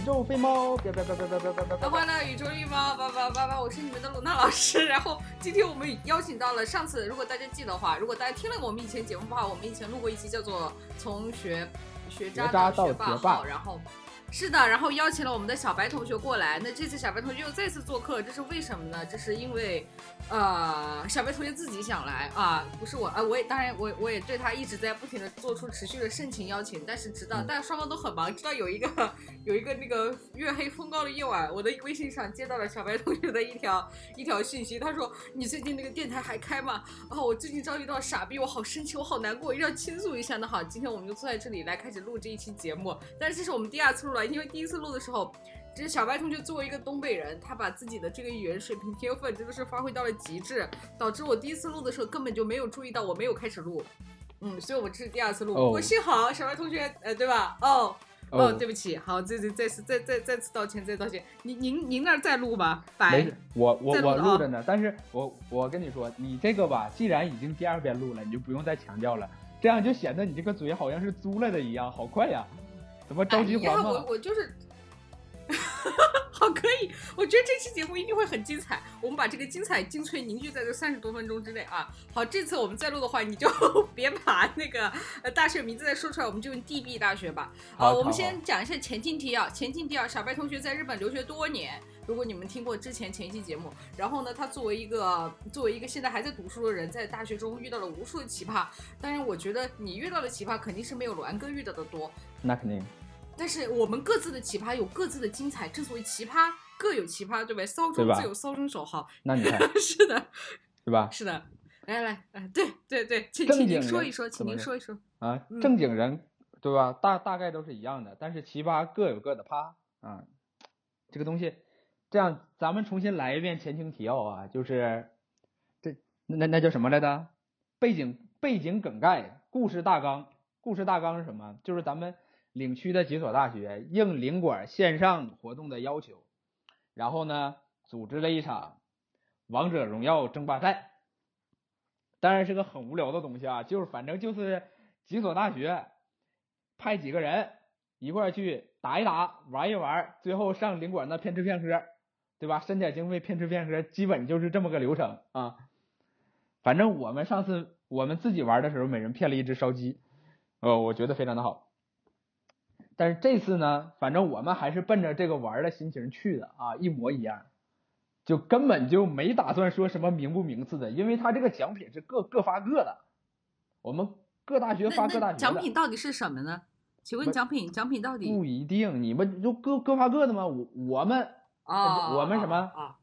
宙飞猫，别， 欢乐宇宙绿猫，叭，我是你们的鲁娜老师。然后今天我们邀请到了上次，如果大家记得的话，如果大家听了我们以前节目的话，我们以前录过一期叫做从学渣到学霸号，然后是的，然后邀请了我们的小白同学过来。那这次小白同学又再次做客，这是为什么呢？这是因为小白同学自己想来啊，不是我我也当然我也对他一直在不停的做出持续的盛情邀请，但是直到大家双方都很忙，直到有一个那个月黑风高的夜晚，我的微信上接到了小白同学的一条信息，他说你最近那个电台还开吗？我最近遭遇到傻逼，我好生气，我好难过，一定要倾诉一下。那好，今天我们就坐在这里来开始录这一期节目，但是这是我们第二次录了，因为第一次录的时候。这是小白同学作为一个东北人，他把自己的这个语言水平天分真的是发挥到了极致，导致我第一次录的时候根本就没有注意到我没有开始录，所以我这是第二次录。不过幸好小白同学，对吧？对不起，好，再次道歉，再道歉。您那儿在录吗？ 没事，我录着呢。但是我跟你说，你这个吧，既然已经第二遍录了，你就不用再强调了，这样就显得你这个嘴好像是租来的一样，好快呀！怎么着急还吗？ 我就是。好，可以，我觉得这期节目一定会很精彩，我们把这个精彩精粹凝聚在这30多分钟之内啊。好，这次我们再录的话，你就别把那个大学名字再说出来，我们就用 DB 大学吧。我们先讲一下前情提要。小白同学在日本留学多年，如果你们听过之前前一期节目，然后呢，他作为一个现在还在读书的人，在大学中遇到了无数的奇葩。当然，我觉得你遇到的奇葩肯定是没有栾哥遇到的多， 那肯定。 但是我们各自的奇葩有各自的精彩，正所谓奇葩各有奇葩，对吧？骚中自有骚中手好。 那你看是的， 是吧？ 是的，来，对，请您说一说， 啊，正经人对吧？大概都是一样的，但是奇葩各有各的趴啊。这个东西，这样咱们重新来一遍前情提要啊，就是那叫什么来着？背景梗概，故事大纲是什么？就是咱们领区的几所大学应领馆线上活动的要求，然后呢组织了一场王者荣耀争霸赛。当然是个很无聊的东西啊，反正就是几所大学派几个人一块去打一打玩一玩，最后上领馆那骗吃骗喝，对吧？申点经费骗吃骗喝，基本就是这么个流程啊。反正我们上次我们自己玩的时候，每人骗了一只烧鸡，我觉得非常的好。但是这次呢，反正我们还是奔着这个玩的心情去的啊，一模一样，就根本就没打算说什么名不名次的，因为他这个奖品是各发各的，我们各大学发各大学的。 奖品到底是什么呢？请问奖品到底不一定，你们就各发各的吗？我们什么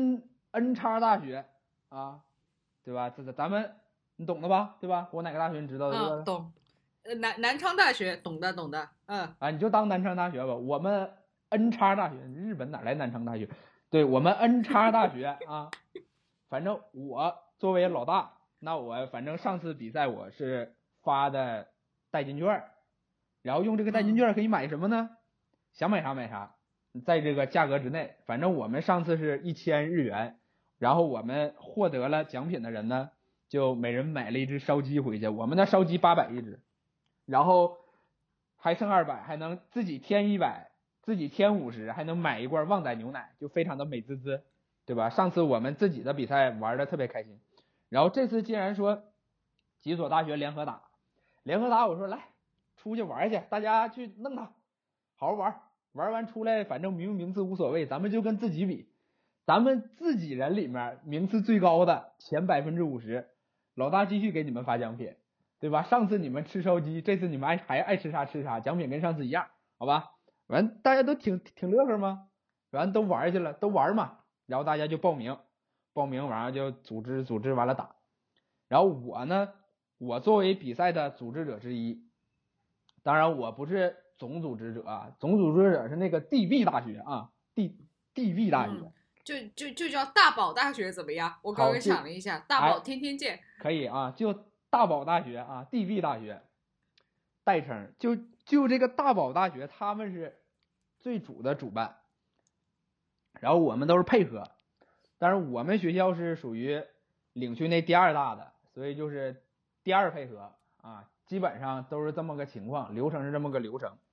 N 叉大学啊，对吧？咱们你懂的吧？对吧？我哪个大学你知道的？ 懂。南昌大学，懂的。 你就当南昌大学吧。我们 N 叉大学，日本哪来南昌大学？对，我们 N 叉大学啊。反正我作为老大，那我反正上次比赛我是发的代金券，然后用这个代金券可以买什么呢？想买啥买啥，在这个价格之内。反正我们上次是1000日元，然后我们获得了奖品的人呢，就每人买了一只烧鸡回去。我们那烧鸡800一只。然后还剩200，还能自己添100，自己添50，还能买一罐旺仔牛奶，就非常的美滋滋，对吧？上次我们自己的比赛玩的特别开心，然后这次既然说几所大学联合打，我说来出去玩去，大家去弄它，好好玩完出来，反正名次无所谓，咱们就跟自己比，咱们自己人里面名次最高的前50%，老大继续给你们发奖品。对吧？上次你们吃烧鸡，这次你们还爱吃啥吃啥，奖品跟上次一样，好吧？完大家都挺乐呵吗？完都玩去了，都玩嘛。然后大家就报名完了就组织完了打。然后我呢，我作为比赛的组织者之一，当然我不是总组织者啊，总组织者是那个 DB 大学啊 ，DB 大学。 就叫大宝大学怎么样？我刚刚想了一下，大宝天天见。 可以啊，就大宝大学啊 ，DB 大学代称，就这个大宝大学，他们是最主办，然后我们都是配合，但是我们学校是属于领区内第2大的，所以就是第2配合啊，基本上都是这么个情况，流程是这么个流程。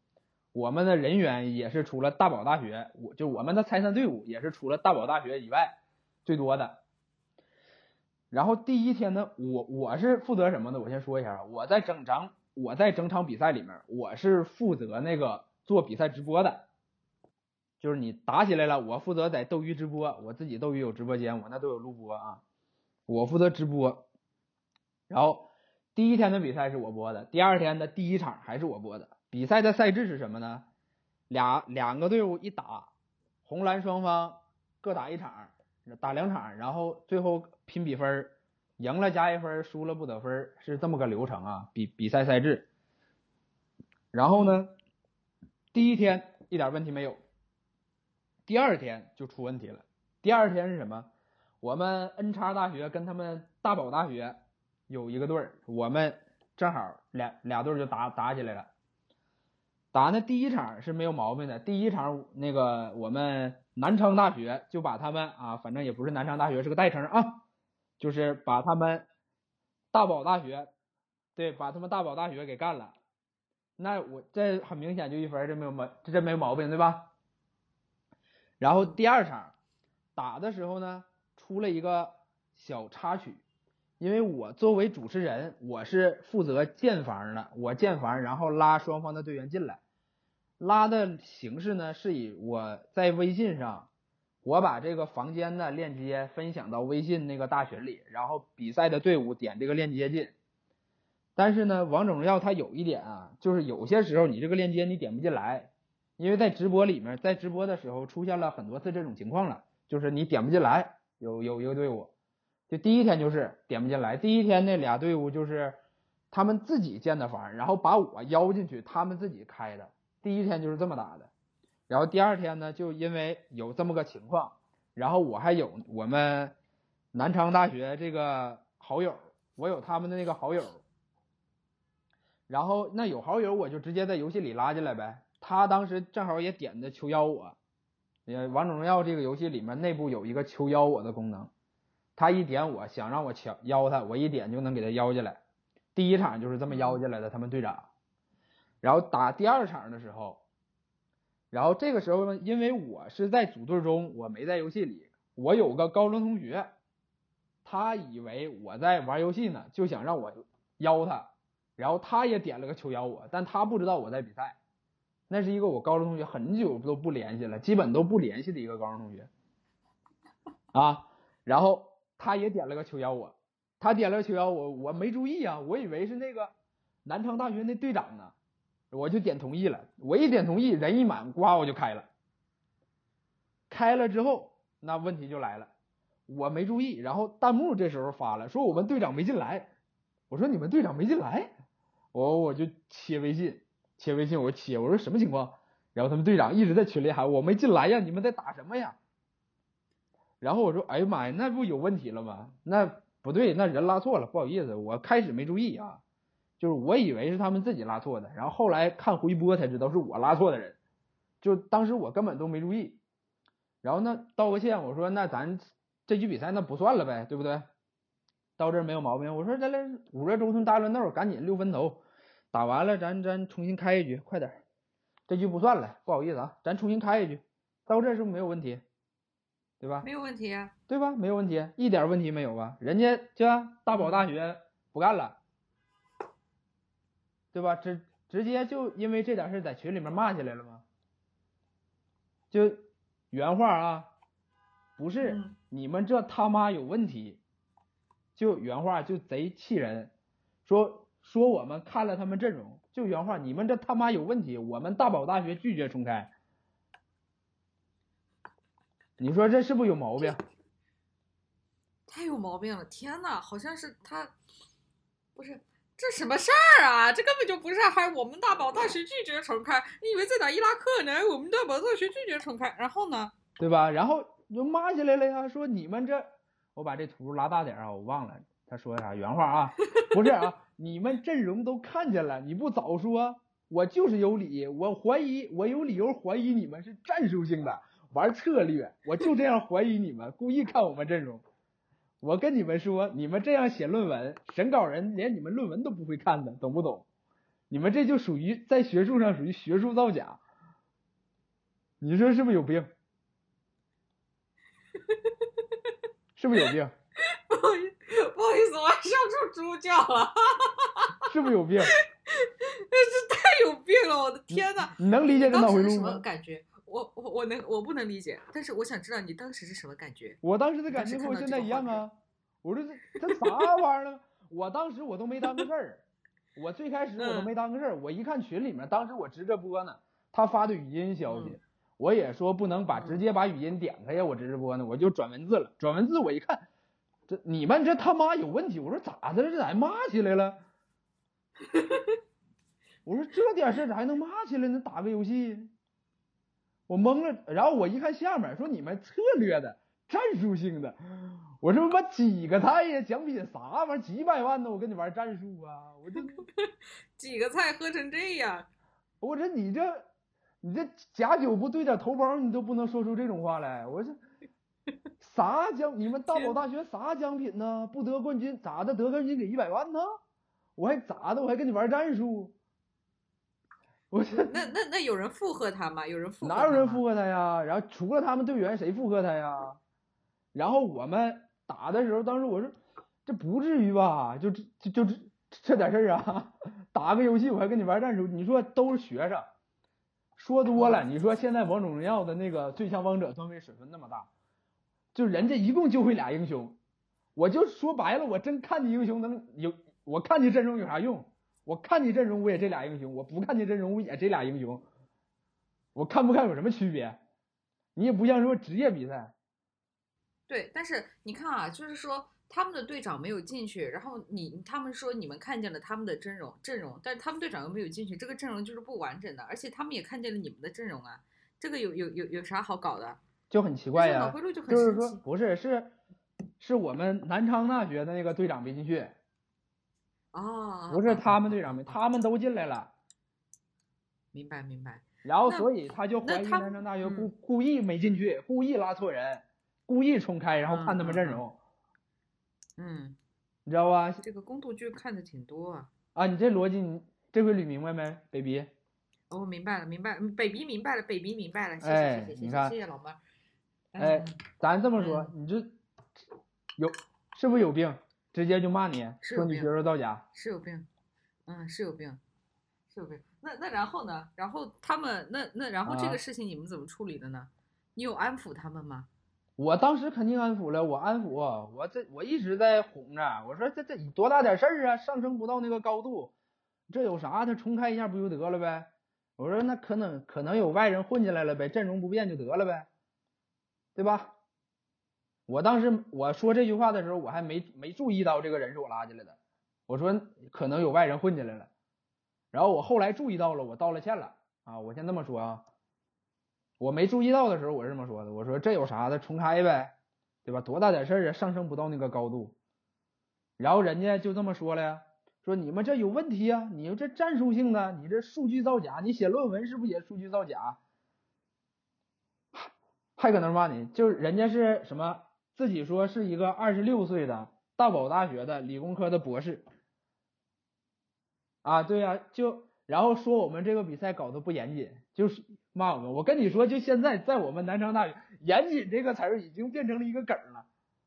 我们的人员也是除了大宝大学，我们的参赛队伍也是除了大宝大学以外最多的。然后第一天呢，我是负责什么呢？我先说一下啊，我在整场比赛里面，我是负责那个做比赛直播的，就是你打起来了，我负责在斗鱼直播，我自己斗鱼有直播间，我那都有录播啊，我负责直播。然后第一天的比赛是我播的，第二天的第一场还是我播的。比赛的赛制是什么呢？两个队伍一打，红蓝双方各打一场，打2场，然后最后拼比分，赢了加1分，输了不得分，是这么个流程啊，比赛赛制。然后呢，第一天一点问题没有，第二天就出问题了。第二天是什么？我们 N 叉大学跟他们大宝大学有一个队，我们正好俩队就打起来了。打那第一场是没有毛病的，第一场那个我们南昌大学就把他们啊，反正也不是南昌大学，是个代称啊，就是把他们大宝大学，对，把他们大宝大学给干了。那我这很明显就1分，这没有毛病，对吧？然后第二场打的时候呢，出了一个小插曲，因为我作为主持人，我是负责建房的，我建房然后拉双方的队员进来，拉的形式呢是以我在微信上，我把这个房间的链接分享到微信那个大群里，然后比赛的队伍点这个链接进。但是呢，王者荣耀它有一点啊，就是有些时候你这个链接你点不进来，因为在直播里面，在直播的时候出现了很多次这种情况了，就是你点不进来，有一个队伍，就第一天就是点不进来，第一天那俩队伍就是他们自己建的房，然后把我邀进去，他们自己开的，第一天就是这么打的。然后第二天呢，就因为有这么个情况，然后我还有我们南昌大学这个好友，我有他们的那个好友，然后那有好友我就直接在游戏里拉进来呗。他当时正好也点的求邀我，王者荣耀这个游戏里面内部有一个求邀我的功能，他一点我想让我邀他，我一点就能给他邀进来。第一场就是这么邀进来的，他们队长。然后打第二场的时候，然后这个时候呢，因为我是在组队中，我没在游戏里，我有个高中同学，他以为我在玩游戏呢，就想让我邀他，然后他也点了个求邀我，但他不知道我在比赛。那是一个我高中同学，很久都不联系了，基本都不联系的一个高中同学啊。然后他也点了个求邀我，他点了个求邀我，我没注意啊，我以为是那个南昌大学那队长呢，我就点同意了。我一点同意，人一满，呱我就开了。开了之后，那问题就来了，我没注意，然后弹幕这时候发了，说我们队长没进来。我说你们队长没进来，我就切微信，我说什么情况？然后他们队长一直在群里喊我没进来呀，你们在打什么呀？然后我说哎呀妈呀，那不有问题了吗？那不对，那人拉错了，不好意思，我开始没注意啊，就是我以为是他们自己拉错的，然后后来看回播才知道是我拉错的人，就当时我根本都没注意。然后那道个歉，我说那咱这局比赛那不算了呗，对不对？到这儿没有毛病。我说咱这5热周成大乱斗，赶紧6分头打完了，咱重新开一局，快点，这局不算了，不好意思啊，咱重新开一局。到这儿是不是没有问题？对吧？ 没有问题啊， 对吧？没有问题，一点问题没有吧？人家就大宝大学不干了，对吧？直接就因为这点事在群里面骂起来了吗？就原话啊，不是你们这他妈有问题，就原话就贼气人，说我们看了他们阵容，就原话你们这他妈有问题，我们大宝大学拒绝重开。你说这是不是有毛病？ 太有毛病了！天哪，好像是他，不是这什么事儿啊？这根本就不是，还我们大宝大学拒绝重开，你以为在打伊拉克呢？我们大宝大学拒绝重开，然后呢？ 对吧？然后就骂起来了呀，说你们这，我把这图拉大点啊，我忘了他说啥原话啊，不是啊，你们阵容都看见了，你不早说，我就是有理，我有理由怀疑你们是战术性的玩策略，我就这样怀疑你们故意看我们阵容。我跟你们说，你们这样写论文，审稿人连你们论文都不会看的，懂不懂？你们这就属于在学术上属于学术造假， 你说是不是有病？是不是有病？ 不好意思，我要上出猪叫了， 是不是有病？ 这太有病了，我的天呐！ 你能理解这脑回路什么吗？ 感觉？我不能理解，但是我想知道你当时是什么感觉。 我当时的感觉和我现在一样啊！我说这啥玩意儿呢？我当时我都没当个事儿，我最开始我都没当个事儿。我一看群里面，当时我直着播呢，他发的语音消息，我也说不能直接把语音点开呀，我直播呢，我就转文字了。转文字我一看，你们这他妈有问题！我说咋的了？这咋骂起来了？我说这点事咋还能骂起来呢？打个游戏，我懵了。然后我一看下面说你们策略的、战术性的，我说妈几个菜呀？奖品啥玩意儿？几百万呢？我跟你玩战术啊！我这几个菜喝成这样， 我说你这假酒不兑点头孢，你都不能说出这种话来。我这啥奖？你们大宝大学啥奖品呢？不得冠军咋的？得冠军给100万呢？我还咋的？我还跟你玩战术？我这那有人附和他吗？有人附和哪有人附和他呀？然后除了他们队员，谁附和他呀？然后我们打的时候，当时我说这不至于吧？就这点事儿啊？打个游戏我还跟你玩战术？你说都是学生，说多了。你说现在王者荣耀的那个最强王者段位水分那么大，就人家一共就会俩英雄，我就说白了，我真看你英雄能有，我看你阵容有啥用？我看你阵容我也这俩英雄，我不看你阵容我也这俩英雄，我看不看有什么区别？你也不像说职业比赛。 对，但是你看啊，就是说他们的队长没有进去，然后他们说你们看见了他们的阵容，但是他们队长又没有进去，这个阵容就是不完整的，而且他们也看见了你们的阵容啊，这个有啥好搞的？ 就很奇怪呀， 脑回路就很就是说不是是我们南昌大学的那个队长没进去。 哦， 不是他们队长没，他们都进来了。 明白。 然后所以他就怀疑南昌大学故意没进去，故意拉错人，故意重开，然后看他们阵容。你知道吧？ 这个宫斗剧看的挺多啊。 啊，你这逻辑你这回捋明白没，baby？ 哦，明白了，baby 明白了， 哎， 谢你看， 谢谢老妹儿。 哎，咱这么说，你这是不是有病？直接就骂你，说你学术造假， 是有病，是有病。那然后呢？然后他们然后这个事情你们怎么处理的呢？你有安抚他们吗？ 我当时肯定安抚了，我安抚，我一直在哄着，我说这多大点事儿啊，上升不到那个高度，这有啥？他重开一下不就得了呗？我说那可能有外人混进来了呗，阵容不变就得了呗，对吧？我当时我说这句话的时候，我还没注意到这个人是我拉进来的，我说可能有外人混进来了，然后我后来注意到了，我道了歉了啊，我先这么说啊，我没注意到的时候我是这么说的，我说这有啥的，重开呗，对吧？多大点事儿啊，上升不到那个高度。然后人家就这么说了呀，说你们这有问题啊，你这战术性的，你这数据造假，你写论文是不是也数据造假？还可能骂你，就是人家是什么？自己说是一个26岁的大宝大学的理工科的博士啊，对呀，然后说我们这个比赛搞得不严谨，就是骂我们。我跟你说，就现在在我们南昌大学，严谨这个词儿已经变成了一个梗了，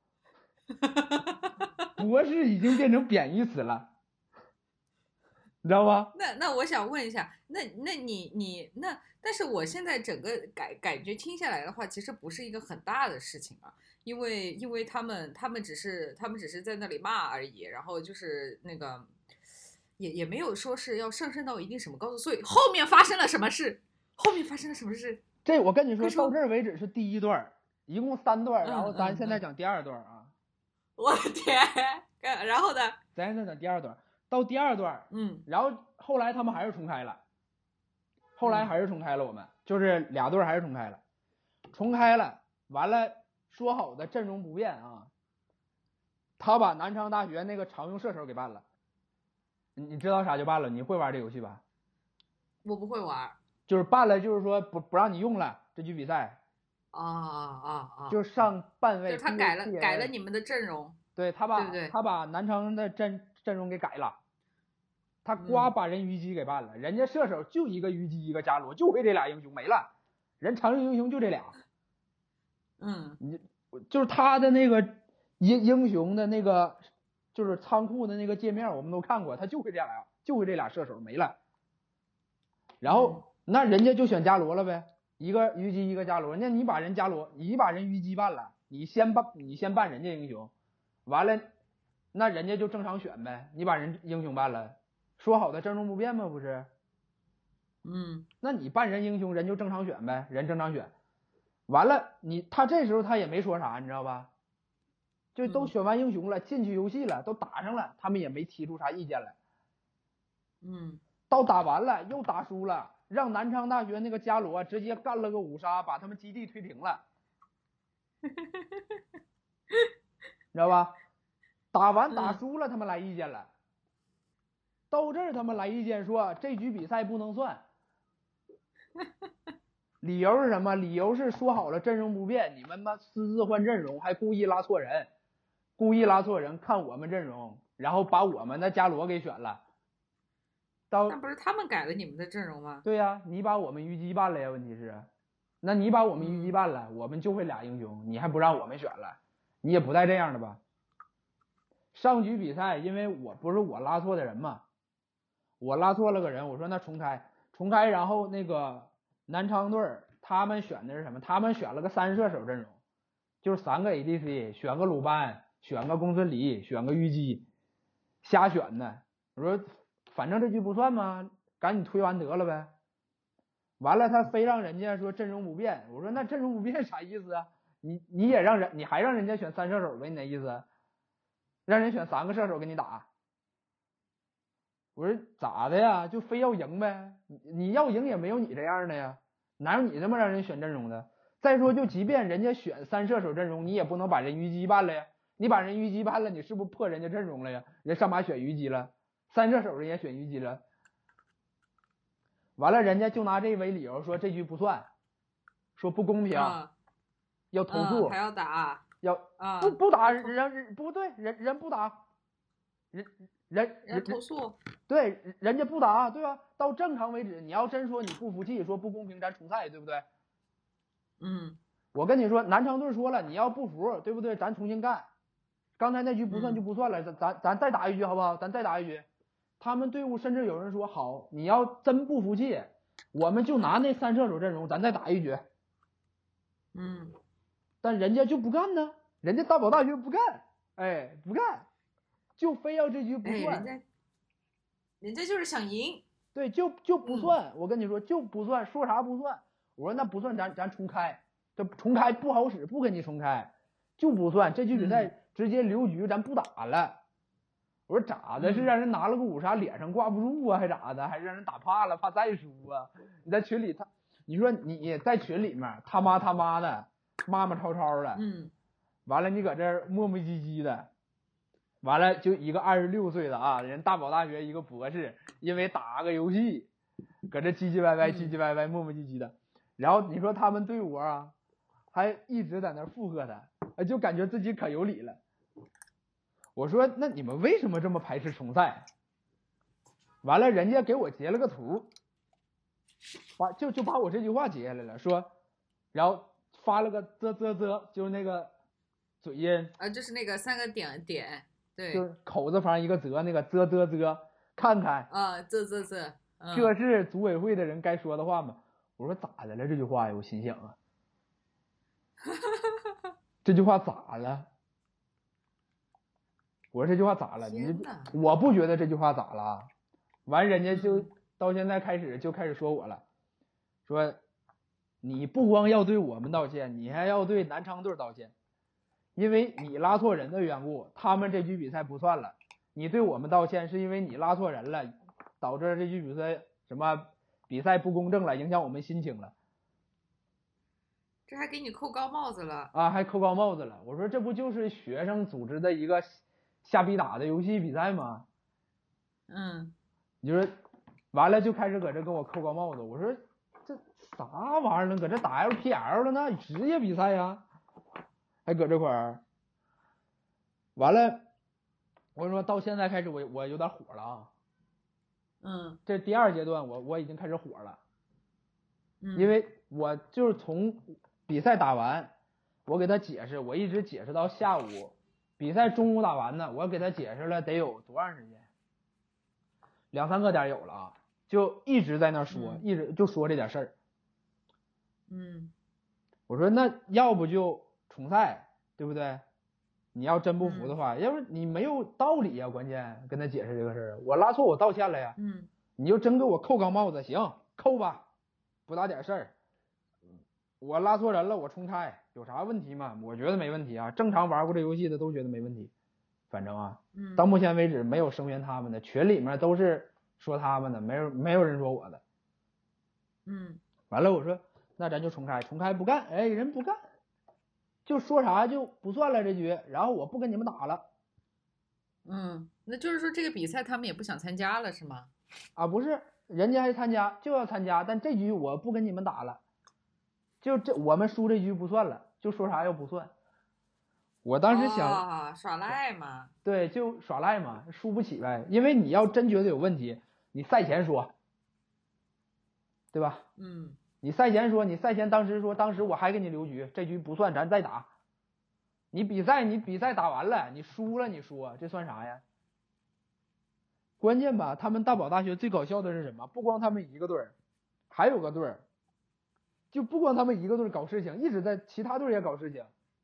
博士已经变成贬义词了，你知道吧？ 那我想问一下，那你但是我现在整个感觉听下来的话，其实不是一个很大的事情啊，因为他们只是在那里骂而已，然后就是那个也没有说是要上升到一定什么高度，所以后面发生了什么事？ 这我跟你说，到这儿为止是第一段，一共3段，然后咱现在讲第2段啊。 我的天，然后呢？ 咱现在讲第2段，到第2段，然后后来他们还是重开了。后来还是重开了，我们就是2队还是重开了，完了说好的阵容不变啊，他把南昌大学那个常用射手给办了，你知道啥就办了？你会玩这游戏吧？ 我不会玩， 就是办了，就是说不让你用了这局比赛。 就上半位， 就他改了你们的阵容， 对他把南昌的阵容给改了。他呱把人虞姬给办了，人家射手就一个虞姬一个伽罗，就会这俩英雄没了， 人常用英雄就这俩。就是他的那个英雄的那个就是仓库的那个界面我们都看过，他就会这俩射手没了。然后那人家就选伽罗了呗，一个虞姬一个伽罗，那你把人伽罗，你把人虞姬办了，你先办人家英雄，完了那人家就正常选呗，你把人英雄办了，说好的阵容不变吗？不是？那你办人英雄，人就正常选呗，人正常选。完了，他这时候他也没说啥，你知道吧？就都选完英雄了，进去游戏了，都打上了，他们也没提出啥意见来。到打完了又打输了，让南昌大学那个伽罗直接干了个5杀，把他们基地推平了，你知道吧？打完打输了，他们来意见了。到这儿他们来意见说这局比赛不能算。理由是什么？理由是说好了阵容不变，你们妈私自换阵容，还故意拉错人，看我们阵容，然后把我们的伽罗给选了。 那不是他们改了你们的阵容吗？ 对呀，你把我们虞姬办了呀，问题是，那你把我们虞姬办了，我们就会俩英雄，你还不让我们选了，你也不带这样的吧？上局比赛因为不是我拉错的人嘛，我拉错了个人，我说那重开，然后那个南昌队他们选的是什么？他们选了个3射手阵容，就是3个 ADC， 选个鲁班，选个公孙离，选个虞姬，瞎选的。我说反正这局不算嘛，赶紧推完得了呗。完了他非让人家说阵容不变，我说那阵容不变啥意思啊？你还让人家选3射手呗？你那意思？让人选3个射手给你打？我说咋的呀？就非要赢呗？你要赢也没有你这样的呀，哪有你这么让人选阵容的？再说就即便人家选3射手阵容，你也不能把人虞姬办了呀。你把人虞姬办了，你是不是破人家阵容了呀？人上马选虞姬了，3射手人也选虞姬了。完了人家就拿这为理由说这局不算，说不公平，要投诉， 还要打， 要不打人不对，人不打，人投诉， 对，人家不打，对吧？到正常为止，你要真说你不服气，说不公平，咱重赛，对不对？我跟你说，南昌队说了，你要不服，对不对？咱重新干。刚才那局不算就不算了，咱再打一局好不好？咱再打一局。他们队伍甚至有人说好，你要真不服气，我们就拿那3射手阵容，咱再打一局。但人家就不干呢，人家大宝大学不干，不干，就非要这局不算。 人家就是想赢。 对，就不算。我跟你说就不算，说啥不算。我说那不算，咱重开，这重开不好使，不跟你重开，就不算。这局比赛直接留局，咱不打了。我说咋的？是让人拿了个5杀脸上挂不住啊，还咋的？还是让人打怕了，怕再输啊？你在群里你说你在群里面他妈的骂吵吵的，完了你搁这磨磨唧唧的，完了就一个26岁的啊，人大宝大学一个博士，因为打个游戏，搁这唧唧歪歪磨磨唧唧的，然后你说他们队伍啊，还一直在那附和他，就感觉自己可有理了。我说那你们为什么这么排斥重赛？完了人家给我截了个图，就把我这句话截下来了，说，然后发了个就是那个嘴音就是那个3个点，对， 就是口字旁一个泽，那个看看这是组委会的人该说的话吗？我说咋的了这句话呀？我心想啊，这句话咋了？我说这句话咋了？我不觉得这句话咋了。完人家就到现在开始说我了，说你不光要对我们道歉，你还要对南昌队道歉，因为你拉错人的缘故，他们这局比赛不算了。你对我们道歉是因为你拉错人了，导致这局比赛比赛不公正了，影响我们心情了。 这还给你扣高帽子了啊！还扣高帽子了。我说这不就是学生组织的一个瞎逼打的游戏比赛吗？你说完了就开始搁这跟我扣高帽子。我说这啥玩意儿呢？搁这打 LPL 了呢？职业比赛呀，还搁这块儿。完了，我说到现在开始我有点火了啊。这第2阶段我已经开始火了。因为我就是从比赛打完，我给他解释，我一直解释到下午，比赛中午打完呢，我给他解释了得有多长时间，2、3个点有了啊，就一直在那说，一直就说这点事儿。我说那要不就重赛，对不对？你要真不服的话，要不你没有道理呀，关键跟他解释这个事儿，我拉错我道歉了呀，你就真给我扣钢帽子，行，扣吧，不打点事儿，我拉错人了，我重拆，有啥问题吗？我觉得没问题啊，正常玩过这游戏的都觉得没问题，反正啊，到目前为止没有声援他们的，群里面都是说他们的，没有人说我的，完了我说那咱就重开不干，哎，人不干，就说啥就不算了这局，然后我不跟你们打了。 那就是说这个比赛他们也不想参加了是吗？ 啊，不是，人家还参加就要参加，但这局我不跟你们打了，就这我们输这局不算了，就说啥又不算。我当时想， 耍赖嘛， 对，就耍赖嘛，输不起呗。因为你要真觉得有问题，你赛前说，对吧？你赛前说，你赛前当时说，当时我还给你留局，这局不算，咱再打。你比赛打完了，你输了，你说这算啥呀？关键吧，他们大宝大学最搞笑的是什么？不光他们一个队儿，还有个队儿，就不光他们一个队儿搞事情，一直在其他队儿也搞事情。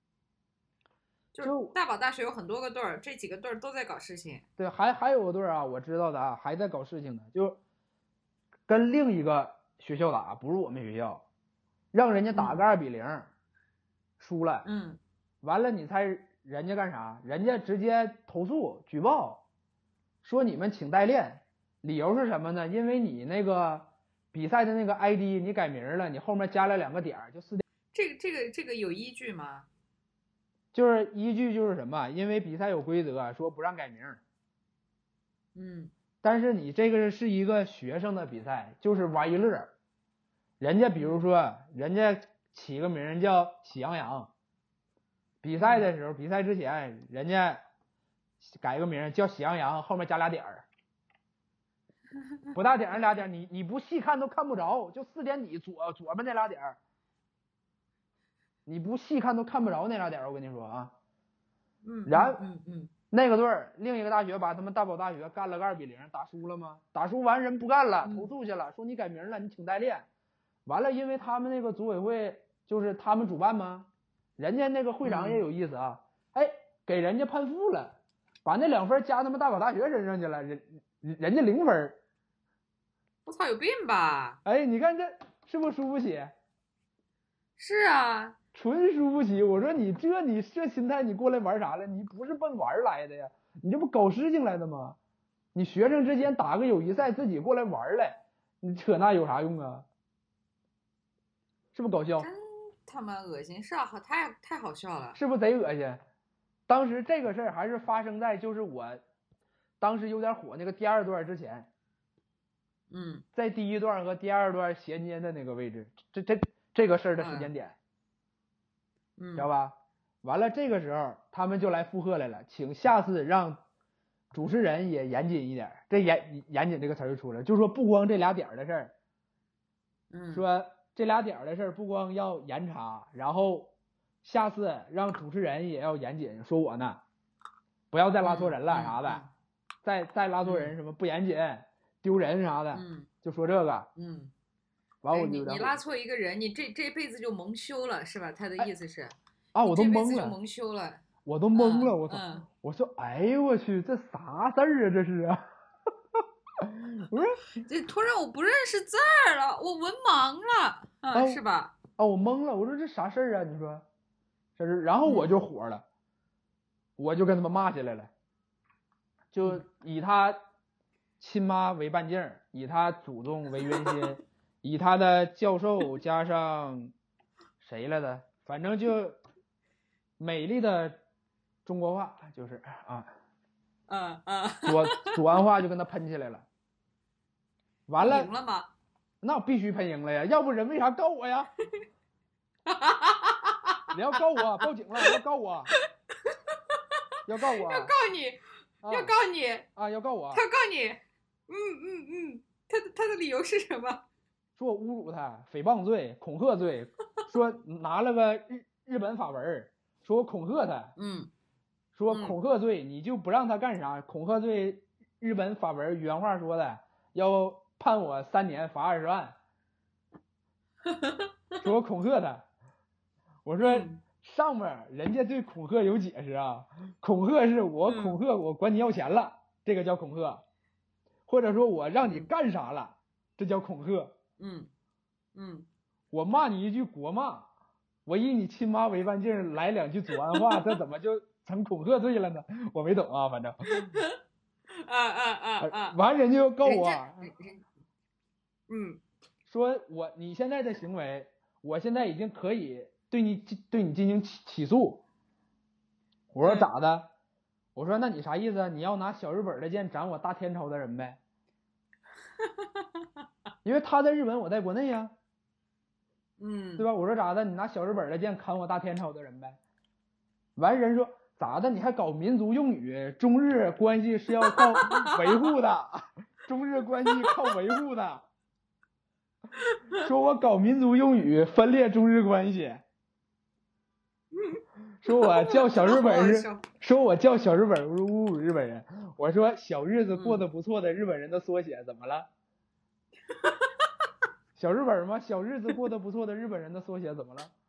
就大宝大学有很多个队儿，这几个队儿都在搞事情。 对，还有个队儿啊，我知道的啊，还在搞事情呢，就跟另一个学校打，不是我们学校，让人家打个2-0，输了。完了，你猜人家干啥？人家直接投诉举报，说你们请代练，理由是什么呢？因为你那个比赛的那个 ID 你改名了，你后面加了2个点，就4点。 这个有依据吗？ 就是依据就是什么？因为比赛有规则，说不让改名。但是你这个是一个学生的比赛，就是玩一乐。人家比如说，人家起个名叫喜羊羊，比赛的时候，比赛之前，人家改个名叫喜羊羊，后面加俩点儿，不大点儿俩点儿，你不细看都看不着，就4点底左边那俩点儿，你不细看都看不着那俩点儿，我跟你说啊。然后那个队儿另一个大学把他们大宝大学干了个2-0，打输了吗？打输完人不干了，投诉去了，说你改名了，你请代练。完了，因为他们那个组委会就是他们主办吗？人家那个会长也有意思啊，哎，给人家判负了，把那2分加他们大宝大学身上去了，人家0分。 我操，有病吧？ 哎，你看这是不是输不起？ 是啊， 纯输不起。我说你这心态，你过来玩啥了？你不是奔玩来的呀，你这不搞事情来的吗？你学生之间打个友谊赛，自己过来玩来，你扯那有啥用啊？是不是搞笑？ 真他妈恶心，是啊，太好笑了， 是不是贼恶心？当时这个事儿还是发生在就是我当时有点火那个第2段之前。在第1段和第2段衔接的那个位置，这个事儿的时间点，知道吧？完了这个时候他们就来附和来了，请下次让主持人也严谨一点。这严谨这个词儿就出来了，就说不光这俩点的事儿，说这俩点的事儿不光要严查，然后下次让主持人也要严谨，说我呢不要再拉错人了啥的，再拉错人什么不严谨丢人啥的，就说这个。完我就你拉错一个人，你这辈子就蒙羞了是吧？他的意思是啊，我都懵了， 这辈子就蒙羞了， 我都懵了，我操！我说哎呦我去，这啥事儿啊这是啊？我说这突然我不认识字儿了，我文盲了，是吧？ 啊，我懵了，我说这啥事儿啊？你说这是，然后我就火了，我就跟他们骂起来了，就以他亲妈为半径，以他祖宗为圆心，以他的教授加上谁来的，反正就美丽的中国话，就是左岸话就跟他喷起来了。完了， 赢了吗？ 那我必须喷赢了呀，要不人为啥告我呀？你要告我，报警了，要告我，要告我， 要告你，要告你啊，要告我， 他告你，他的理由是什么？ 说我侮辱他，诽谤罪、恐吓罪，说拿了个日本法文，说我恐吓他，说恐吓罪你就不让他干啥？恐吓罪，日本法文原话说的，要判我3年罚20万，说我恐吓他，我说上面人家对恐吓有解释啊，恐吓是我恐吓我管你要钱了，这个叫恐吓，或者说我让你干啥了，这叫恐吓。我骂你一句国骂，我以你亲妈为半径来2句左岸话，这怎么就成恐吓罪了呢？我没懂啊，反正。完人家又告我，说你现在的行为，我现在已经可以对你进行起诉。我说咋的？我说那你啥意思？你要拿小日本的剑斩我大天朝的人呗？因为他在日本，我在国内呀。对吧？我说咋的？你拿小日本的剑砍我大天朝的人呗？完人说咋的？你还搞民族用语？中日关系是要靠维护的，中日关系靠维护的。说我搞民族用语分裂中日关系，说我叫小日本说我叫小日本侮辱日本人。我说小日子过得不错的日本人的缩写怎么了？小日本吗？小日子过得不错的日本人的缩写怎么了？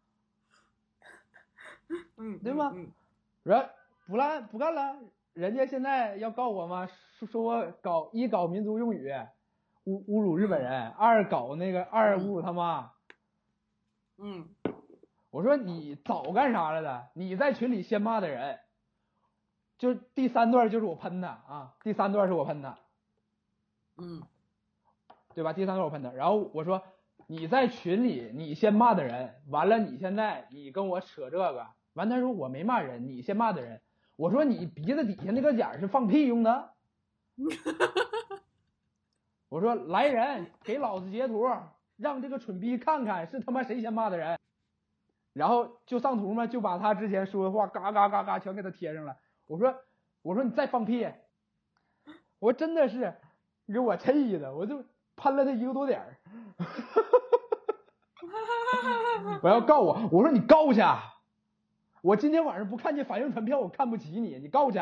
对吗？人不干了，人家现在要告我吗？说我搞民族用语，侮辱日本人；2侮辱他妈。我说你早干啥来了？你在群里先骂的人，就第3段就是我喷他啊，第3段是我喷他，对吧？第3段我喷他，然后我说你在群里你先骂的人，完了你现在你跟我扯这个，完他说我没骂人，你先骂的人，我说你鼻子底下那个眼是放屁用的？我说来人给老子截图，让这个蠢逼看看是他妈谁先骂的人。然后就上图嘛，就把他之前说的话嘎嘎嘎嘎全给他贴上了。我说你再放屁，我真的是给我气的，我就喷了他1个多点。我要告我说你告去，我今天晚上不看见反映传票我看不起你，你告去。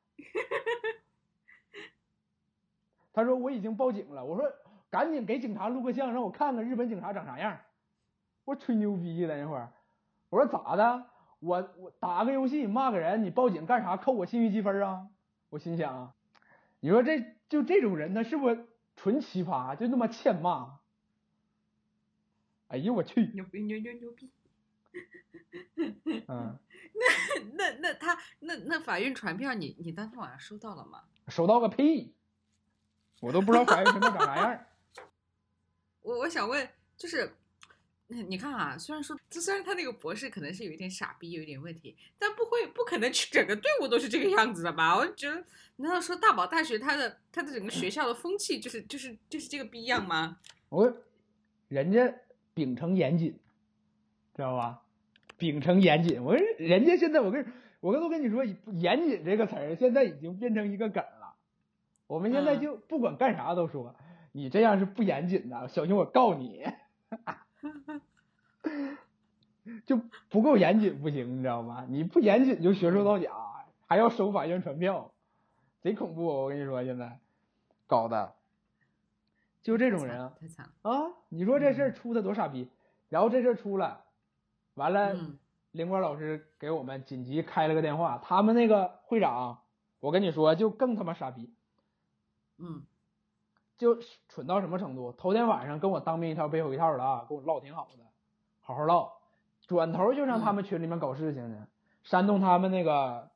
他说我已经报警了。我说赶紧给警察录个像，让我看看日本警察长啥样。我吹牛逼的那会儿，我说咋的？我打个游戏骂个人，你报警干啥？扣我信誉积分啊？我心想，你说这种人他是不是纯奇葩？就那么欠骂？哎呦我去！ 牛逼！那法院传票你当天晚上收到了吗？ 收到个屁！我都不知道法院传票长啥样。 我想问，就是你看啊，虽然他那个博士可能是有一点傻逼，有一点问题，但不可能整个队伍都是这个样子的吧？我觉得，难道说大宝大学它的整个学校的风气就是这个逼样吗？ 人家秉承严谨，知道吧？秉承严谨，人家现在我都跟你说，严谨这个词儿现在已经变成一个梗了。我们现在就不管干啥都说，你这样是不严谨的，小心我告你。就不够严谨不行，你知道吗？你不严谨就学术造假，还要收法院传票，贼恐怖！我跟你说，现在搞的就这种人太惨了啊！你说这事儿出的多傻逼，然后这事儿出了，完了，灵光老师给我们紧急开了个电话，他们那个会长，我跟你说就更他妈傻逼，就蠢到什么程度？头天晚上跟我当面一套背后一套的啊，跟我唠挺好的，好好唠，转头就上他们群里面搞事情呢，煽动他们那个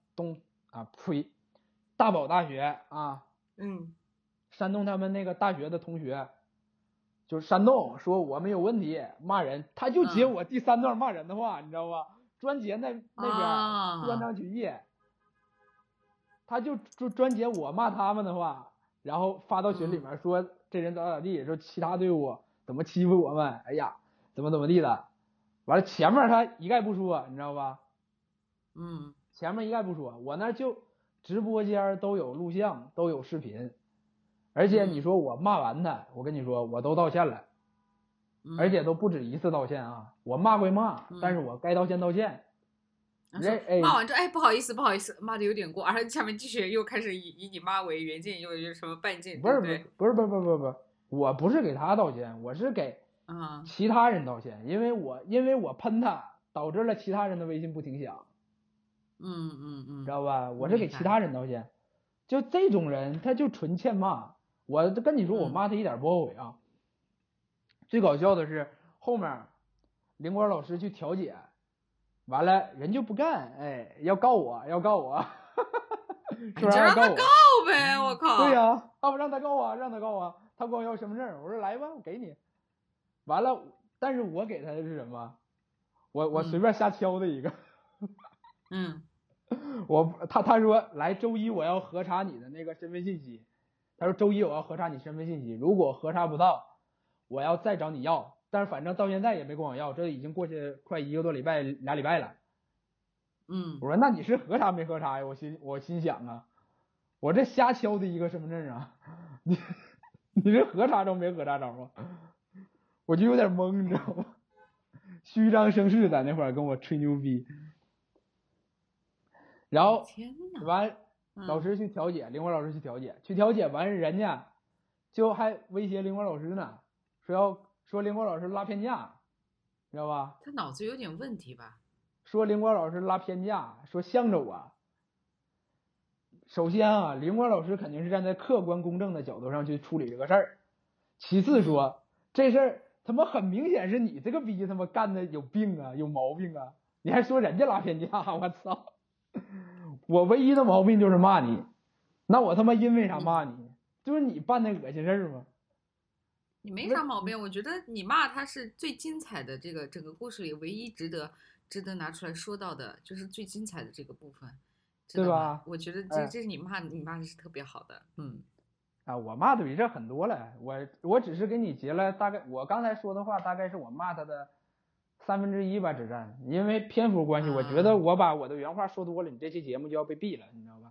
大宝大学啊，煽动他们那个大学的同学，就是煽动说我们有问题，骂人，他就截我第3段骂人的话，你知道吧？专截那边断章取义，他就专截我骂他们的话。然后发到群里面说这人咋地，说其他队伍怎么欺负我们，哎呀，怎么地的，完了前面他一概不说，你知道吧？前面一概不说，我那就直播间都有录像，都有视频，而且你说我骂完他，我跟你说我都道歉了， 而且都不止一次道歉啊。我骂归骂，但是我该道歉道歉。 骂完之后，不好意思，骂的有点过，然后下面继续又开始以你妈为原件，又什么半件， 不是，我不是给他道歉，我是给其他人道歉，因为我喷他，导致了其他人的微信不停响。知道吧？我是给其他人道歉，就这种人他就纯欠骂。我跟你说，我骂他一点不后悔啊。最搞笑的是后面灵光老师去调解，完了人就不干，要告我，说就让他告呗，我靠！ 对呀，不让他告啊，他管我要身份证，我说来吧，我给你。完了，但是我给他的是什么？我随便瞎挑的一个。他说来周一我要核查你的那个身份信息，他说周一我要核查你身份信息，如果核查不到，我要再找你要，但是反正到现在也没跟我要，这已经过去快1个多礼拜2礼拜了。我说那你是核查没核查呀？我心想啊，我这瞎敲的一个身份证啊，你这核查着没核查着啊？我就有点懵，你知道吗？虚张声势在那块跟我吹牛逼。然后完，老师去调解，灵光老师去调解完，人家就还威胁灵光老师呢，说灵光老师拉偏架，知道吧？ 他脑子有点问题吧？ 说灵光老师拉偏架，说向着我。首先啊，灵光老师肯定是站在客观公正的角度上去处理这个事儿。其次说，这事儿他妈很明显是你这个逼他妈干的有病啊，有毛病啊！你还说人家拉偏架，我操！我唯一的毛病就是骂你，那我他妈因为啥骂你？就是你办的恶心事儿吗？ 你没啥毛病，我觉得你骂他是最精彩的，这个整个故事里唯一值得拿出来说到的，就是最精彩的这个部分， 对吧？ 我觉得这是你骂的是特别好的， 我骂的比这很多了，我只是给你截了大概，我刚才说的话大概是我骂他的1/3吧，只占，因为篇幅关系，我觉得我把我的原话说多了，你这期节目就要被毙了，你知道吧？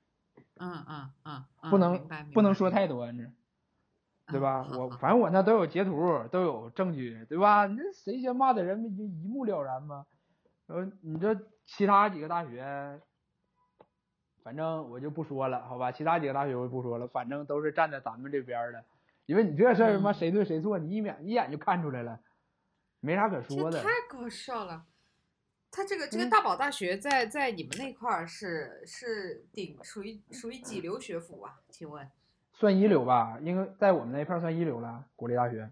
不能说太多，对吧？反正我那都有截图，都有证据，对吧？你这谁先骂的人不一目了然吗？你这其他几个大学，反正我就不说了，好吧？其他几个大学我就不说了，反正都是站在咱们这边的，因为你这事儿他妈谁对谁错，你一眼就看出来了，没啥可说的。 太搞笑了。他这个大宝大学在你们那块儿是属于几流学府啊？请问？ 算一流吧，应该在我们那片算一流了，国立大学。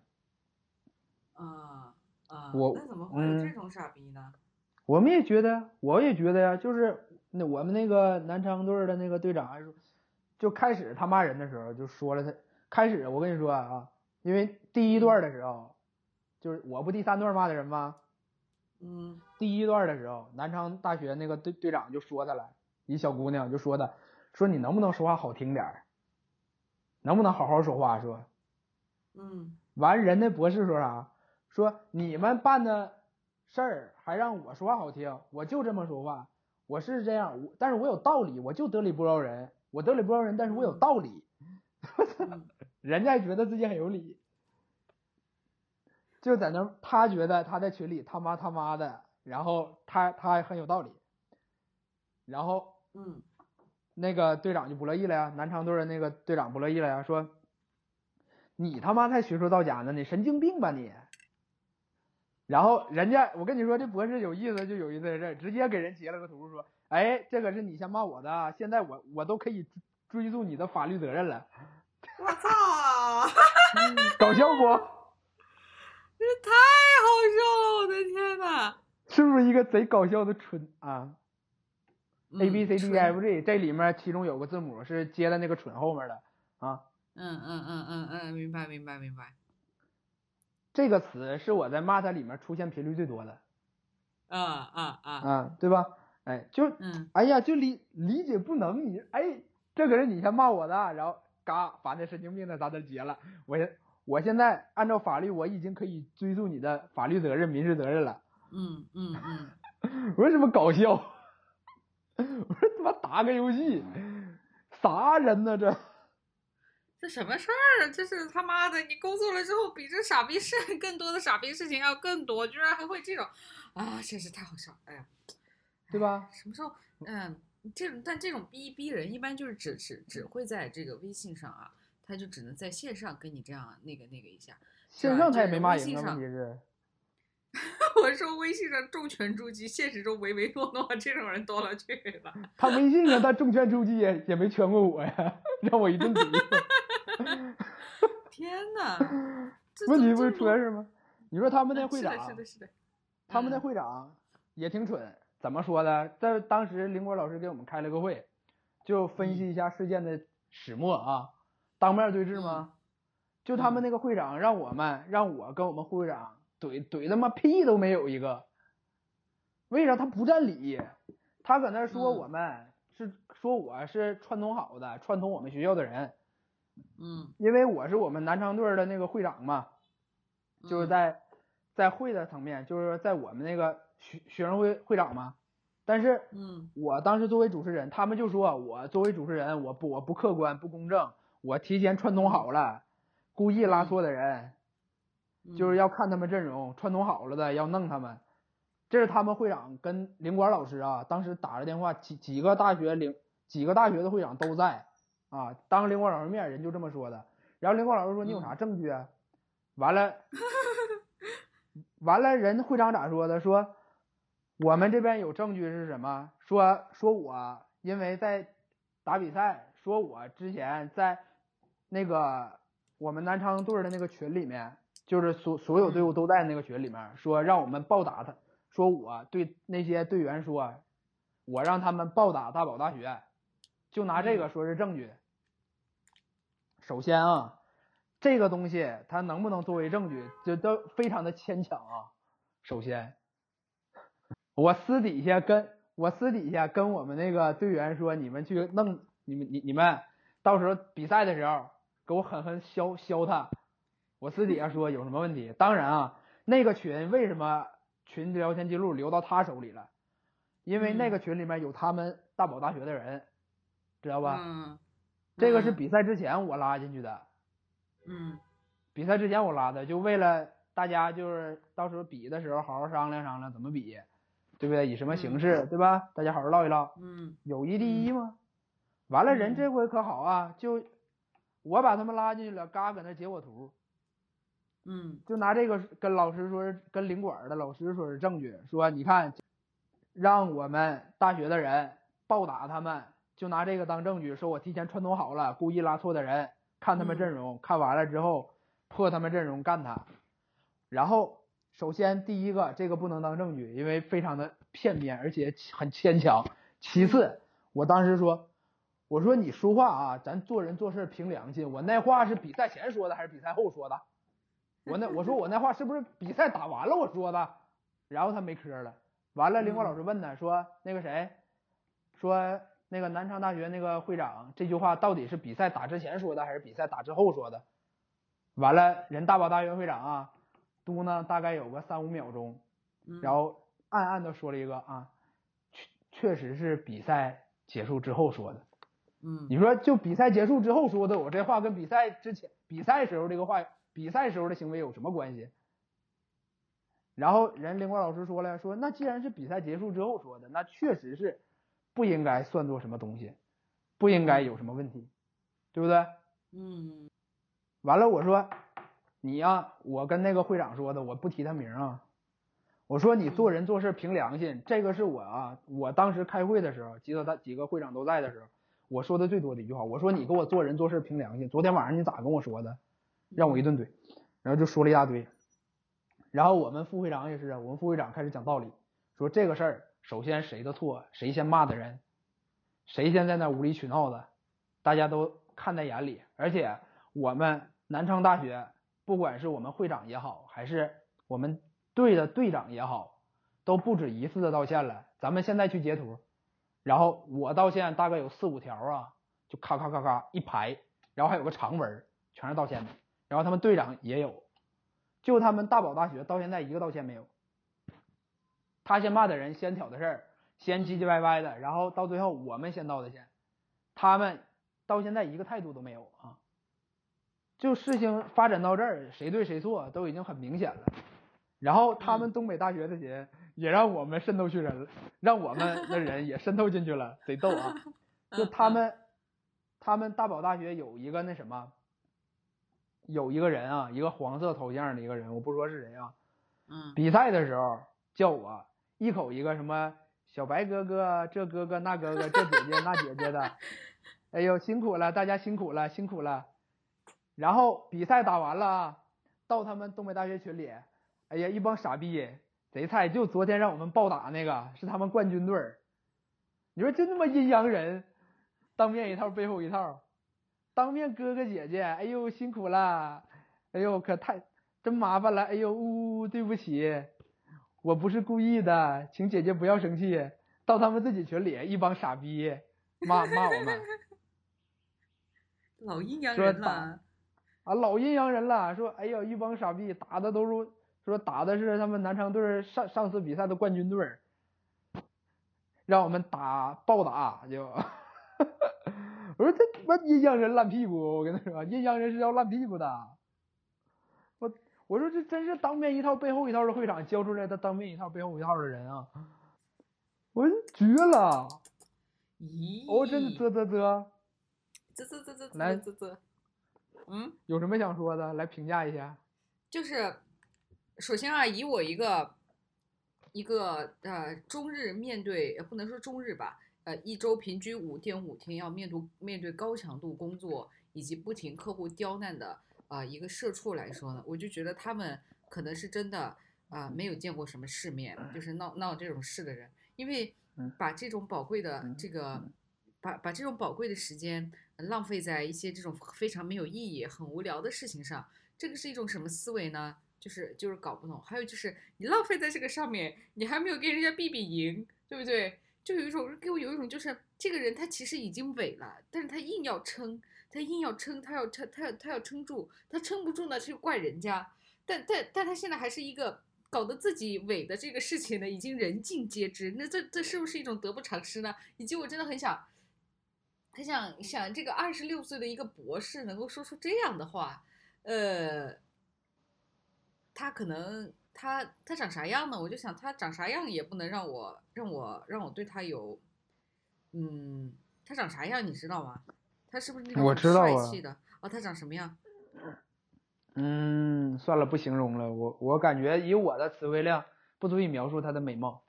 那怎么会有这种傻逼呢？ 我也觉得呀，就是我们那个南昌队的那个队长还说，就开始他骂人的时候就说了开始我跟你说啊，因为第一段的时候，就是我不第3段骂的人吗？第一段的时候，南昌大学那个队长就说他了，一小姑娘就说他，说你能不能说话好听点，能不能好好说话？说，完人家博士说啥？说你们办的事儿还让我说话好听，我就这么说话，我是这样，但是我有道理，我就得理不饶人，但是我有道理，人家还觉得自己很有理。就在那，他觉得他在群里他妈的，然后他还很有道理，然后那个队长就不乐意了呀，南昌队的那个队长不乐意了呀，说你他妈才学说造假呢，你神经病吧你。然后人家我跟你说这博士有意思，就有意思在这儿，直接给人截了个图说，这个是你先骂我的，现在我都可以追溯你的法律责任了。 我操！ 搞笑不？ 这太好笑了，我的天哪！ 是不是一个贼搞笑的蠢啊？A B C D E F G 这里面其中有个字母是接在那个蠢后面的啊。 明白。 这个词是我在骂他里面出现频率最多的。对吧？就理解不能，你这个人你先骂我的，然后嘎把那神经病的咱这截了，我现在按照法律我已经可以追溯你的法律责任、民事责任了。我说什么搞笑？我说他妈打个游戏，啥人呢这？ 这什么事儿啊？这是他妈的，你工作了之后，比这傻逼事更多的傻逼事情要更多，居然还会这种，啊，真是太好笑了！哎呀， 对吧？ 什么时候，但这种逼人，一般就是只会在这个微信上啊，他就只能在线上跟你这样那个一下， 线上他也没骂赢啊， 微信上问题是。 我说微信上重拳出击，现实中唯唯诺诺，这种人多了去了。 他微信上他重拳出击也没拳过我呀，让我一顿怼。 天哪！ 问题不是出在这吗？你说他们那会长， 是的， 他们那会长也挺蠢。怎么说呢？在当时林国老师给我们开了个会，就分析一下事件的始末啊，当面对质吗？就他们那个会长让我跟我们副会长怼他妈屁都没有一个。为啥他不占理？他搁那说我们说我是串通好的，串通我们学校的人。因为我是我们南昌队的那个会长嘛，就是在会的层面，就是在我们那个学生会长嘛。但是我当时作为主持人，他们就说我作为主持人，我不客观不公正，我提前串通好了，故意拉错的人，就是要看他们阵容，串通好了的要弄他们。这是他们会长跟领管老师啊，当时打着电话，几个大学的会长都在啊，当领管老师面人就这么说的。然后领管老师说你有啥证据啊？完了人会长咋说的？说我们这边有证据是什么？说我因为在打比赛，说我之前在那个我们南昌队的那个群里面，就是所有队伍都在那个群里面，说让我们暴打他，说我对那些队员说，我让他们暴打大宝大学，就拿这个说是证据。首先啊，这个东西它能不能作为证据，这都非常的牵强啊。首先，我私底下跟我们那个队员说，你们去弄你们到时候比赛的时候给我狠狠削他。我私底下说有什么问题？当然啊，那个群为什么群聊天记录留到他手里了？因为那个群里面有他们大宝大学的人，知道吧？这个是比赛之前我拉进去的。比赛之前我拉的，就为了大家就是到时候比的时候好好商量商量怎么比，对不对？以什么形式，对吧？大家好好唠一唠。友谊第一嘛。完了，人这回可好啊，就我把他们拉进去了，嘎搁那截我图。就拿这个跟老师说，跟领馆的老师说是证据，说你看，让我们大学的人暴打他们，就拿这个当证据，说我提前串通好了，故意拉错的人，看他们阵容，看完了之后破他们阵容干他。然后首先第一个这个不能当证据，因为非常的片面，而且很牵强。其次，我当时说，我说你说话啊，咱做人做事凭良心。我那话是比赛前说的还是比赛后说的？我说我那话是不是比赛打完了我说的？然后他没嗑了。完了，领管老师问他说，那个谁，说那个南昌大学那个会长这句话到底是比赛打之前说的还是比赛打之后说的？完了，人大宝大学会长啊，嘟囔大概有个3-5秒钟，然后暗暗的说了一个啊，确实是比赛结束之后说的。你说就比赛结束之后说的，我这话跟比赛之前比赛时候这个话，比赛时候的行为有什么关系？然后人领管老师说了，说那既然是比赛结束之后说的，那确实是不应该算作什么东西，不应该有什么问题，对不对？完了我说你呀，我跟那个会长说的，我不提他名啊。我说你做人做事凭良心，这个是我啊，我当时开会的时候，几个会长都在的时候，我说的最多的一句话，我说你给我做人做事凭良心。昨天晚上你咋跟我说的？让我一顿怼，然后就说了一大堆。然后我们副会长也是啊，我们副会长开始讲道理，说这个事儿首先谁的错，谁先骂的人，谁先在那无理取闹的，大家都看在眼里。而且我们南昌大学，不管是我们会长也好，还是我们队的队长也好，都不止一次的道歉了。咱们现在去截图，然后我道歉大概有4-5条啊，就咔咔咔咔一排，然后还有个长文，全是道歉的。然后他们队长也有，就他们大宝大学到现在一个道歉没有。他先骂的人，先挑的事儿，先唧唧歪歪的，然后到最后我们先道的歉，他们到现在一个态度都没有啊。 就事情发展到这儿，谁对谁错都已经很明显了。然后他们东北大学的人也让我们渗透去人了，让我们的人也渗透进去了，贼逗啊！就他们大宝大学有一个那什么，有一个人啊，一个黄色头像的一个人，我不说是谁啊。比赛的时候叫我一口一个什么小白哥哥，这哥哥那哥哥，这姐姐那姐姐的，哎呦辛苦了，大家辛苦了，辛苦了。然后比赛打完了，到他们东北大学群里，哎呀一帮傻逼贼菜，就昨天让我们暴打那个是他们冠军队儿。你说就那么阴阳人，当面一套背后一套，当面哥哥姐姐，哎呦辛苦了，哎呦可太真麻烦了，哎呦对不起，我不是故意的，请姐姐不要生气。到他们自己群里一帮傻逼骂我们， 老阴阳人了啊，老阴阳人了，说哎呦一帮傻逼打的都是说打的是他们南昌队上次比赛的冠军队，让我们暴打就我说这他妈阴阳人烂屁股，我跟他说阴阳人是要烂屁股的。我说这真是当面一套背后一套的会场教出来的当面一套背后一套的人啊！我说绝了！ 咦， 我真的来，有什么想说的？来评价一下。 就是首先啊，以我一个中日面对不能说中日吧，一周平均5.5天要面对高强度工作以及不停客户刁难的一个社畜来说呢，我就觉得他们可能是真的没有见过什么世面，就是闹这种事的人，因为把这种宝贵的这个把这种宝贵的时间浪费在一些这种非常没有意义、很无聊的事情上，这个是一种什么思维呢？就是搞不懂。还有就是你浪费在这个上面，你还没有跟人家比赢，对不对？就给我有一种就是这个人他其实已经萎了，但是他硬要撑，他要撑住，他撑不住呢，他就怪人家。但他现在还是一个搞得自己萎的这个事情呢，已经人尽皆知。那这是不是一种得不偿失呢？以及我真的很想这个26岁的一个博士能够说出这样的话，他可能他长啥样呢？我就想他长啥样也不能让我对他有，他长啥样你知道吗？他是不是那种很帅气的？哦，他长什么样？ 算了，不形容了。我感觉以我的词汇量不足以描述他的美貌。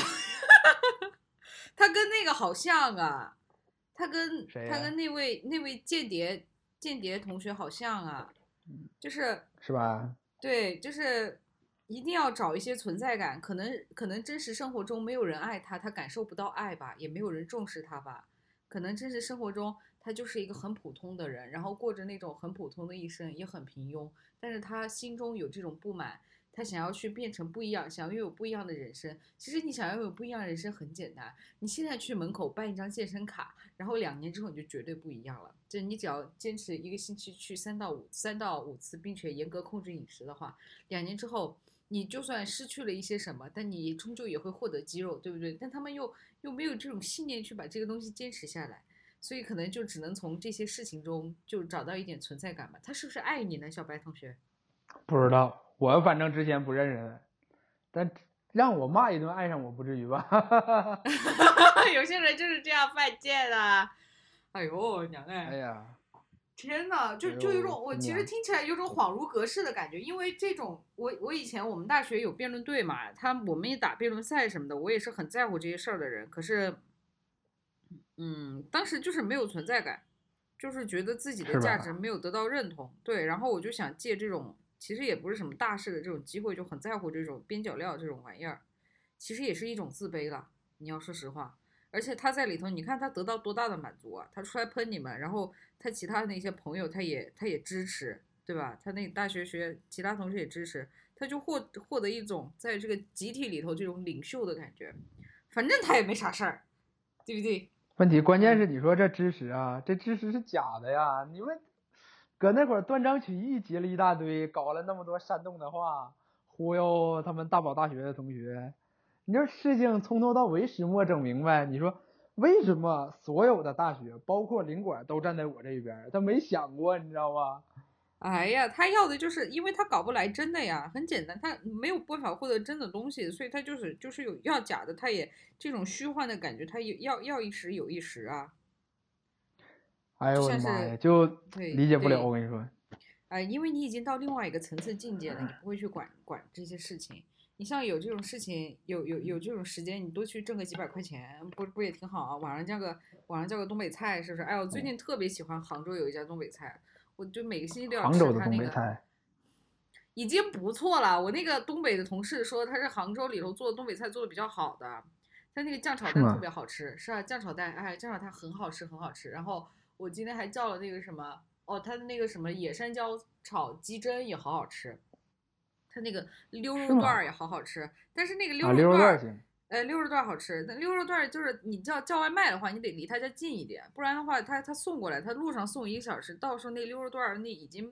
他跟那个好像啊，他跟那位间谍同学好像啊， 是吧？ 对，就是一定要找一些存在感。可能真实生活中没有人爱他，他感受不到爱吧，也没有人重视他吧。可能真实生活中他就是一个很普通的人，然后过着那种很普通的一生，也很平庸。但是他心中有这种不满，他想要去变成不一样，想要拥有不一样的人生。其实你想要拥有不一样的人生很简单，你现在去门口办一张健身卡，然后2年之后你就绝对不一样了。就你只要坚持1个星期去3到5次，并且严格控制饮食的话，2年之后你就算失去了一些什么，但你终究也会获得肌肉，对不对？但他们又没有这种信念去把这个东西坚持下来，所以可能就只能从这些事情中就找到一点存在感吧。他是不是爱你呢，小白同学？ 不知道，我反正之前不认识他，但让我骂一顿爱上我不至于吧？ 有些人就是这样犯贱的。哎呦娘哎！ 哎呀， 天哪，就有种我其实听起来有种恍如隔世的感觉，因为这种我以前我们大学有辩论队嘛，我们也打辩论赛什么的，我也是很在乎这些事儿的人。可是，当时就是没有存在感，就是觉得自己的价值没有得到认同。对，然后我就想借这种其实也不是什么大事的这种机会，就很在乎这种边角料这种玩意儿，其实也是一种自卑了。你要说实话。而且他在里头，你看他得到多大的满足啊！他出来喷你们，然后他其他的那些朋友，他也支持，对吧？他那大学其他同学也支持，他就获得一种在这个集体里头这种领袖的感觉。反正他也没啥事儿，对不对？ 问题关键是你说这支持啊，这支持是假的呀！你们搁那会儿断章取义截了一大堆，搞了那么多煽动的话，忽悠他们大宝大学的同学。你这事情从头到尾始末整明白，你说为什么所有的大学包括领馆都站在我这一边？他没想过，你知道吧？ 哎呀，他要的就是因为他搞不来真的呀，很简单，他没有办法获得真的东西，所以他就是有要假的，他也这种虚幻的感觉，他也要一时有一时啊。 哎呦我的妈呀，就理解不了，我跟你说。 因为你已经到另外一个层次境界了，你不会去管这些事情。你像有这种事情，有这种时间，你多去挣个几百块钱，不也挺好啊？晚上叫个东北菜，是不是？哎，我最近特别喜欢杭州有一家东北菜。我就每个星期都要吃他那个，已经不错了。我那个东北的同事说，他是杭州里头做的东北菜做的比较好的，他那个酱炒蛋特别好吃，是啊，酱炒蛋，哎，酱炒蛋很好吃，很好吃。然后我今天还叫了那个什么，他的那个什么野山椒炒鸡胗也好好吃，他那个溜肉段也好好吃，但是那个溜肉段行。溜肉段好吃，但溜肉段就是你叫外卖的话，你得离他家近一点，不然的话，他送过来，他路上送1个小时，到时候那溜肉段那已经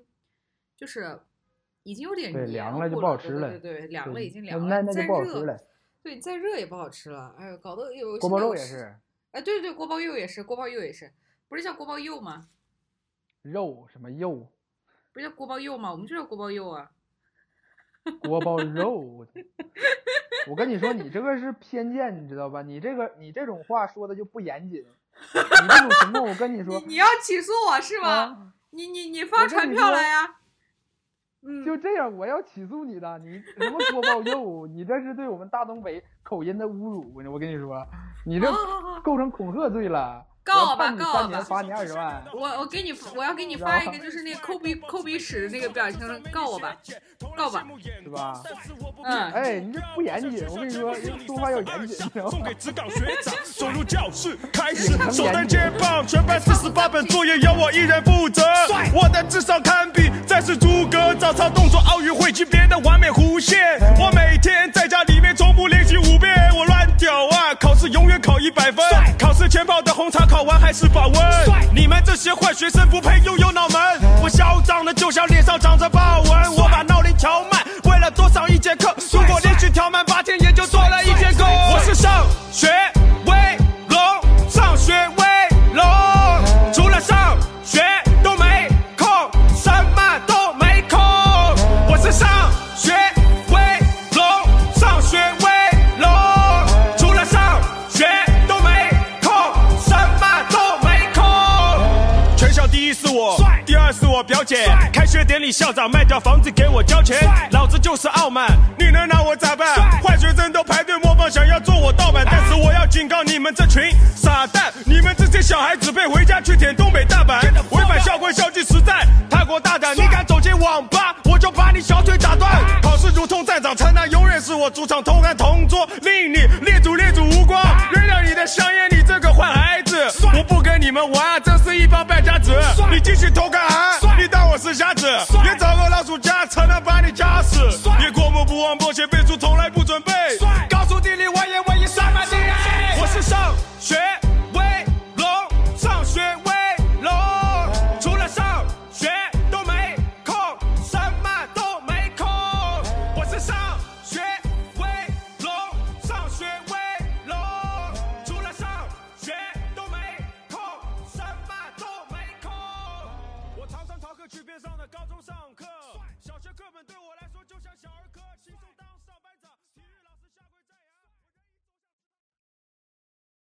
有点凉了，就不好吃了。 对，凉了已经凉了， 那就不好吃了。 对，再热也不好吃了。哎呦，搞得有锅包肉也是。 哎，对，锅包肉也是，不是叫锅包肉吗？ 肉什么肉？ 不是叫锅包肉吗？我们就叫锅包肉啊。 锅包肉，我跟你说，你这个是偏见，你知道吧？你这种话说的就不严谨。你这种情况，我跟你说， 你要起诉我是吗？你发传票来呀！ 就这样，我要起诉你的。你什么锅包肉？你这是对我们大东北口音的侮辱。我跟你说，你这构成恐吓罪了。 告我吧 ！3年，罚你20万。 我要给你发一个，就是那个抠鼻屎那个表情，告我吧， 是吧？哎，你这不严谨，我跟你说，说话要严谨。 送给职岗学长，走入教室，开始首单接棒，全班48本作业由我一人负责。我的智商堪比再世诸葛，早操动作奥运会级别的完美弧线。我每天在家里面重复练习5遍，我乱屌啊！考试永远考100分，考试前泡的红茶考完还是保温。你们这些坏学生不配拥有脑门，我嚣张的就像脸上长着豹纹。我把闹铃调慢，为了多上1节课。如果连续调满8天，也就做了1天够。我是上学威龙，上学威龙，除了上学都没空，什么都没空。我是上学威龙，上学威龙，除了上学都没空，什么都没空。全校第1是我，第2是我表姐。开学典礼，校长卖掉房子给我交钱，老子就是傲慢，你能拿我咋办？坏学生都排队模仿，想要做我盗版，但是我要警告你们这群傻蛋，你们这些小孩只配回家去舔东北大板，违反校规校纪实在太过大胆，你敢走进网吧，我就把你小腿打断。考试如同战场，城南永远是我主场，偷看同桌，令你列祖无光。原谅你的香烟，你这个坏孩子，我不跟你们玩，这是一帮败家子。你继续偷看，你当我是瞎子？原